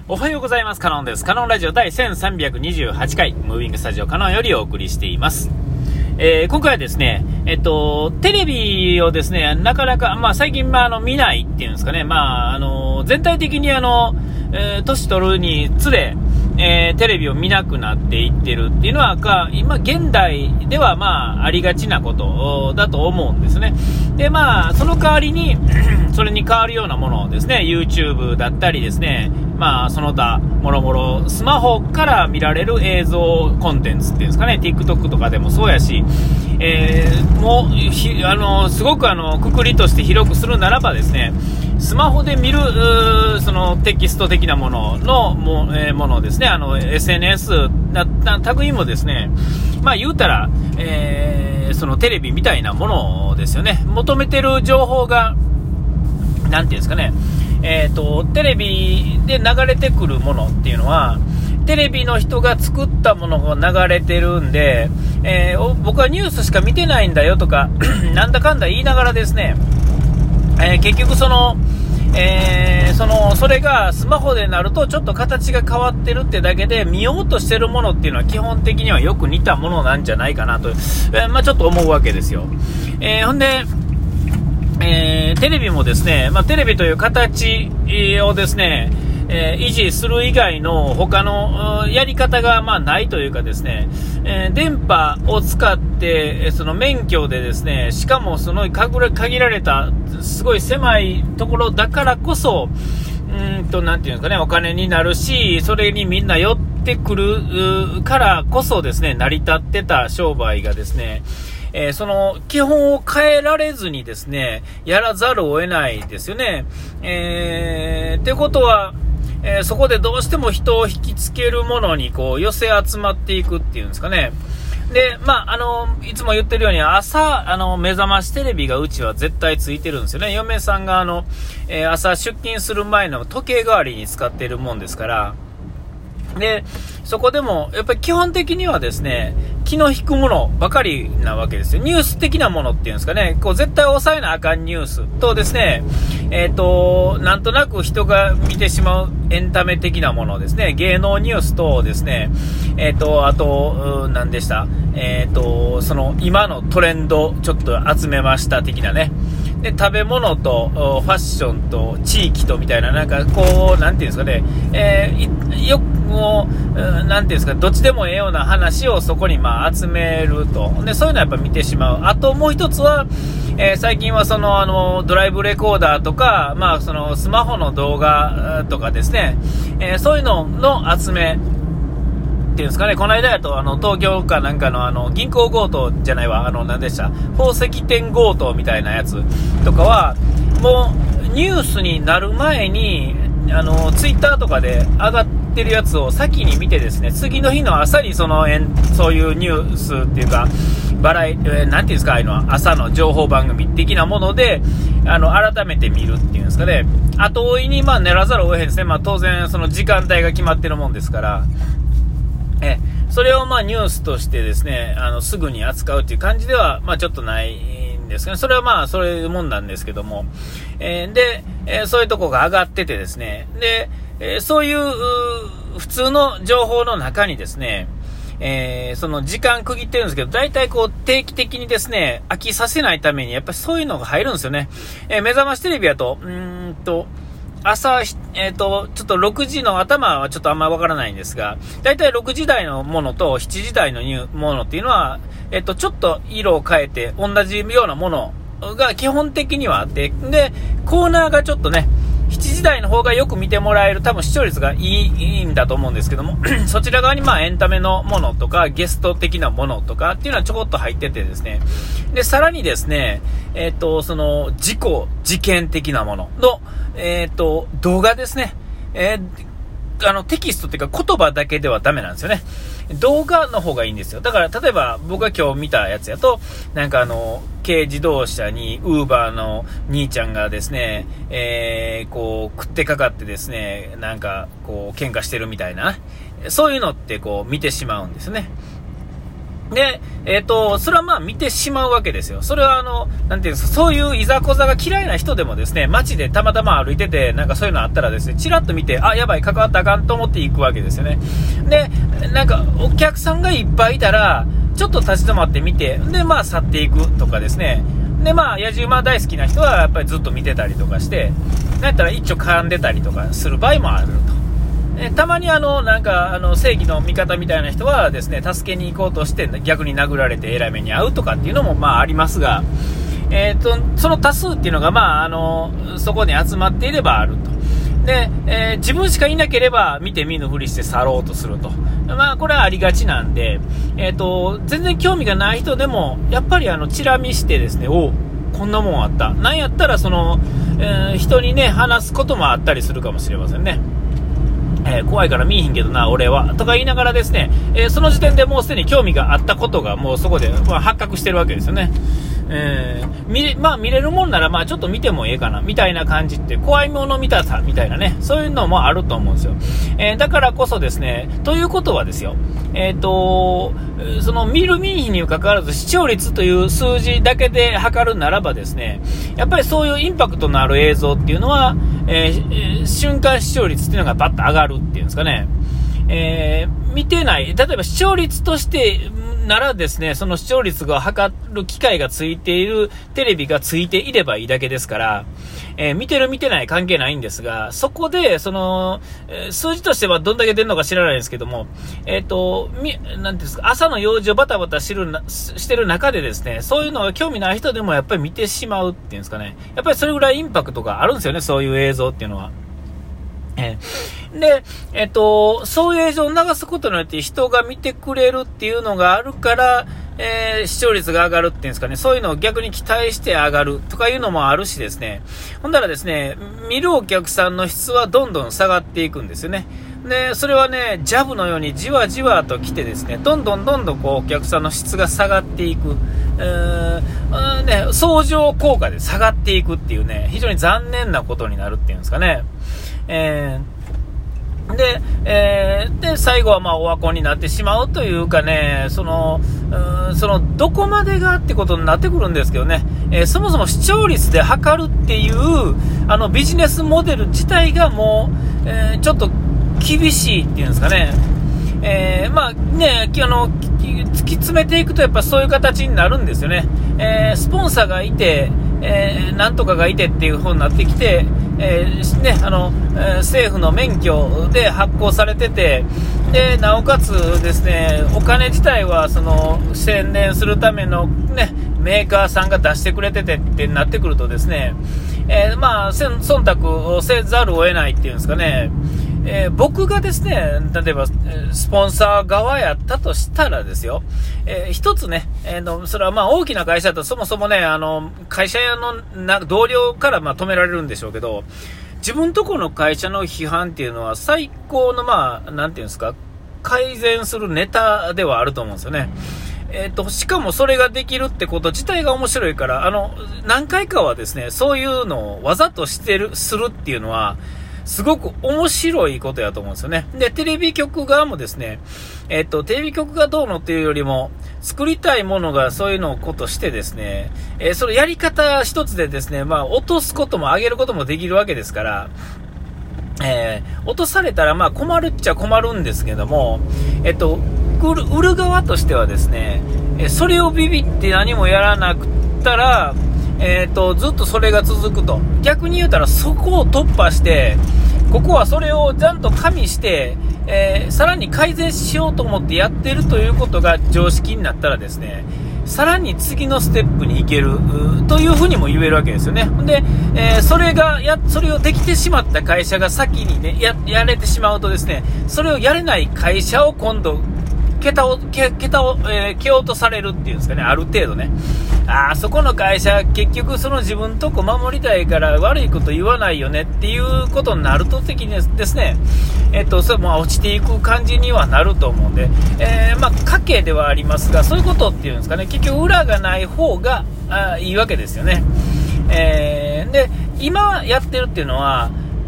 おはようございます。カノンです。カノンラジオ第1328回ムービングスタジオカノンよりお送りしています。今回はですね、テレビをですね、なかなか、最近、見ないっていうんですかね、全体的に年取るにつれ、テレビを見なくなっていってるっていうのは、今、現代ではありがちなことだと思うんですね。で、その代わりに、それに変わるようなものをですね、YouTube だったりですね、その他、もろもろ、スマホから見られる映像コンテンツっていうんですかね、TikTok とかでもそうやし、すごくくくりとして広くするならばですね、スマホで見るそのテキスト的なもののものですね、SNS 類もですね、言うたら、そのテレビみたいなものですよね。求めてる情報がなんていうんですかね、テレビで流れてくるものっていうのはテレビの人が作ったものが流れてるんで、僕はニュースしか見てないんだよとかなんだかんだ言いながらですね、結局それがスマホでなるとちょっと形が変わってるってだけで、見ようとしてるものっていうのは基本的にはよく似たものなんじゃないかなと、ちょっと思うわけですよ。ほんで、テレビもですね、テレビという形をですね、維持する以外の他のやり方がないというかですね、電波を使ってその免許でですね、しかもその限られたすごい狭いところだからこそなんていうんですかね、お金になるし、それにみんな寄ってくるからこそですね、成り立ってた商売がですね、その基本を変えられずにですね、やらざるを得ないですよね。ってことは、そこでどうしても人を引きつけるものに寄せ集まっていくっていうんですかね。で、いつも言ってるように朝目覚ましテレビがうちは絶対ついてるんですよね。嫁さんが朝出勤する前の時計代わりに使っているもんですから。で、そこでもやっぱり基本的にはですね、気の引くものばかりなわけですよ。ニュース的なものっていうんですかね、絶対抑えなあかんニュースとですね、なんとなく人が見てしまうエンタメ的なものですね、芸能ニュースとですね、あと何でした、その今のトレンドちょっと集めました的なね。で、食べ物とファッションと地域とみたいな、なんていうんですかね、なんていうんですか、どっちでもええような話をそこに集めると。で、そういうのはやっぱ見てしまう。あともう一つは、最近はドライブレコーダーとか、そのスマホの動画とかですね、そういうのの集めっていうんですかね。この間やと東京かなんかの銀行強盗じゃないわ、何でした、宝石店強盗みたいなやつとかはもうニュースになる前にツイッターとかで上がってるやつを先に見てですね、次の日の朝にそういうニュースっていうかなんていうんですか、ああいうのは朝の情報番組的なもので改めて見るっていうんですかね。後追いに練らざるを得へんですね。当然その時間帯が決まってるもんですから、それをニュースとしてですね、すぐに扱うっていう感じではちょっとないんですけど、それはそういうもんなんですけども、で、そういうとこが上がっててですね、で、そういう普通の情報の中にですね、その時間区切ってるんですけど、大体定期的にですね、飽きさせないためにやっぱりそういうのが入るんですよね。目覚ましテレビだと朝、ちょっと6時の頭はちょっとあんまりわからないんですが、だいたい6時台のものと7時台のものっていうのは、ちょっと色を変えて同じようなものが基本的にはあって、で、コーナーがちょっとね、7時台の方がよく見てもらえる、多分視聴率がいいんだと思うんですけども、そちら側にエンタメのものとかゲスト的なものとかっていうのはちょこっと入っててですね、で、さらにですね、その事件的なものの、動画ですね、テキストっていうか言葉だけではダメなんですよね。動画の方がいいんですよ。だから例えば僕が今日見たやつやと、なんか軽自動車にウーバーの兄ちゃんがですね、食ってかかってですね、なんか喧嘩してるみたいな、そういうのって見てしまうんですね。 で、それはまあ見てしまうわけですよ。それはなんていうんですか、そういういざこざが嫌いな人でもですね、街でたまたま歩いてて、なんかそういうのあったらですね、チラッと見て、あ、やばい、関わったらあかんと思って行くわけですよね。で、なんかお客さんがいっぱいいたら、ちょっと立ち止まって見て、で、まあ去っていくとかですね。で、まあ、野じ馬大好きな人はやっぱりずっと見てたりとかして、なんやったら一丁絡んでたりとかする場合もあると。たまになんか正義の味方みたいな人はですね、助けに行こうとして逆に殴られてえらい目に遭うとかっていうのもまあありますが、その多数っていうのがまあそこに集まっていればあると。で、自分しかいなければ見て見ぬふりして去ろうとすると。まあこれはありがちなんで、全然興味がない人でもやっぱりチラ見してですね、お、こんなもんあった。なんやったら人にね話すこともあったりするかもしれませんね。怖いから見えへんけどな俺はとか言いながらですね、その時点でもうすでに興味があったことがもうそこで、まあ、発覚してるわけですよね。まあ見れるもんならまあちょっと見てもええかなみたいな感じって怖いもの見たさみたいなね、そういうのもあると思うんですよ。だからこそですね、ということはですよ、その見る見いひんにかかわらず視聴率という数字だけで測るならばですね、やっぱりそういうインパクトのある映像っていうのは、瞬間視聴率っていうのがバッと上がるっていうんですかね。見てない、例えば視聴率としてならですね、その視聴率が測る機械がついているテレビがついていればいいだけですから、見てる見てない関係ないんですが、そこで数字としてはどんだけ出るのか知らないですけども、なんていうんですか、朝の用事をバタバタしてる中でですね、そういうのが興味ない人でもやっぱり見てしまうっていうんですかね、やっぱりそれぐらいインパクトがあるんですよね、そういう映像っていうのは。で、そういう映像を流すことによって人が見てくれるっていうのがあるから、視聴率が上がるっていうんですかね、そういうのを逆に期待して上がるとかいうのもあるしですね、ほんだらですね、見るお客さんの質はどんどん下がっていくんですよね。で、それはね、ジャブのようにじわじわと来てですね、どんどんこうお客さんの質が下がっていく、相乗効果で下がっていくっていうね、非常に残念なことになるっていうんですかね。で、最後はまあオワコンになってしまうというかね、どこまでがってことになってくるんですけどね、そもそも視聴率で測るっていうビジネスモデル自体がもう、ちょっと厳しいっていうんですかね。まあね、突き詰めていくとやっぱそういう形になるんですよね。スポンサーがいて、なんとかがいてっていう風になってきて、政府の免許で発行されてて、でなおかつですね、お金自体は宣伝するための、ね、メーカーさんが出してくれててってなってくるとですね、まあ忖度をせざるを得ないっていうんですかね。僕がですね、例えばスポンサー側やったとしたらですよ、一つね、それはまあ大きな会社だとそもそもね、会社の同僚からまあ止められるんでしょうけど、自分とこの会社の批判っていうのは最高のまあなんていうんですか、改善するネタではあると思うんですよね。しかもそれができるってこと自体が面白いから、何回かはですね、そういうのをわざとするっていうのはすごく面白いことやと思うんですよね。で、テレビ局側もですね、テレビ局がどうのっていうよりも、作りたいものがそういうのをことしてですね、そのやり方一つでですね、まあ、落とすことも上げることもできるわけですから、落とされたらまあ困るっちゃ困るんですけども、売る側としてはですね、それをビビって何もやらなくったら、ずっとそれが続くと。逆に言うたらそこを突破して、ここはそれをちゃんと加味して、さらに改善しようと思ってやってるということが常識になったらですね、さらに次のステップに行けるというふうにも言えるわけですよね。で、それをできてしまった会社が先にね、やれてしまうとですね、それをやれない会社を今度蹴落とされるっていうんですかね、ある程度ね。そこの会社結局その自分とこ守りたいから悪いこと言わないよねっていうことになると的にですね、それも落ちていく感じにはなると思うんで、まあ家計ではありますが、そういうことっていうんですかね、結局裏がない方がいいわけですよね。で今やってるっていうのは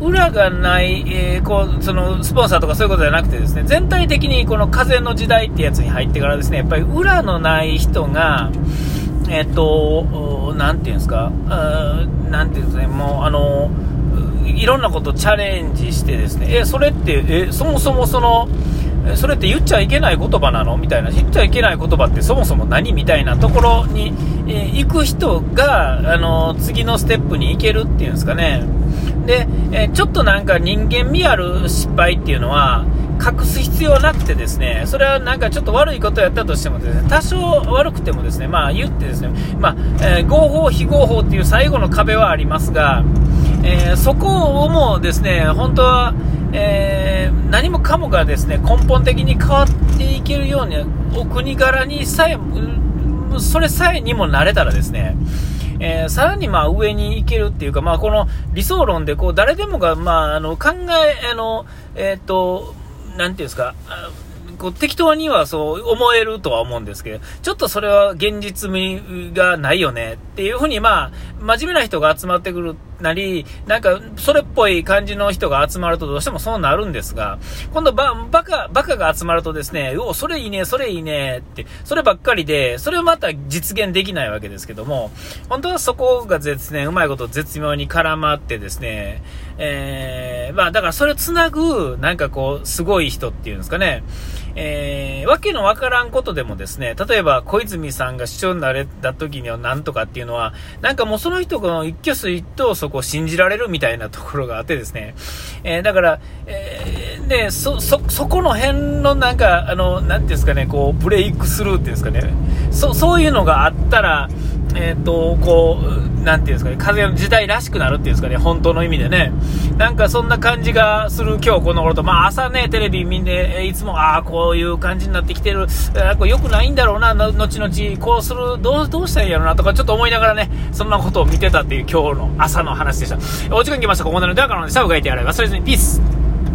裏がない、そのスポンサーとかそういうことじゃなくてですね、全体的にこの風の時代ってやつに入ってからですね、やっぱり裏のない人が、なんていうんですか、なんていうんですね、もういろんなことチャレンジしてですね、それって、そもそもそれって言っちゃいけない言葉なのみたいな、言っちゃいけない言葉ってそもそも何みたいなところに、行く人が、次のステップに行けるっていうんですかね。で、ちょっとなんか人間味ある失敗っていうのは、隠す必要なくてですね、それはなんかちょっと悪いことをやったとしてもですね、多少悪くてもですね、まあ言ってですね、合法非合法っていう最後の壁はありますが、そこをもうですね、本当は、何もかもがですね、根本的に変わっていけるように、お国柄にさえ、それさえにもなれたらですね、さらに上に行けるっていうか、この理想論で誰でもが、なんていうんですか、適当にはそう思えるとは思うんですけど、ちょっとそれは現実味がないよねっていうふうに、真面目な人が集まってくるなり、なんかそれっぽい感じの人が集まるとどうしてもそうなるんですが、今度バカが集まるとですね、それいいね、それいいねって、そればっかりで、それをまた実現できないわけですけども、本当はそこがですね、うまいこと絶妙に絡まってですね、だからそれをつなぐ、なんかすごい人っていうんですかね、わけのわからんことでもですね、例えば小泉さんが市長になれた時にはなんとかっていうのは、なんかもうその人が一挙手一投足を信じられるみたいなところがあってですね、だから、そこの辺のなんか、なんていうんですかね、ブレイクスルーっていうんですかね、そういうのがあったら、なんていうんですかね、風の時代らしくなるっていうんですかね、本当の意味でね。なんかそんな感じがする今日この頃と、朝ね、テレビ見て、いつも、こういう感じになってきてる、これ良くないんだろうな、後々、こうする、どうしたらいいやろうな、とかちょっと思いながらね、そんなことを見てたっていう今日の朝の話でした。お時間来ました。ここまでのではからのでした。うがいてやられ忘れずに、ピース。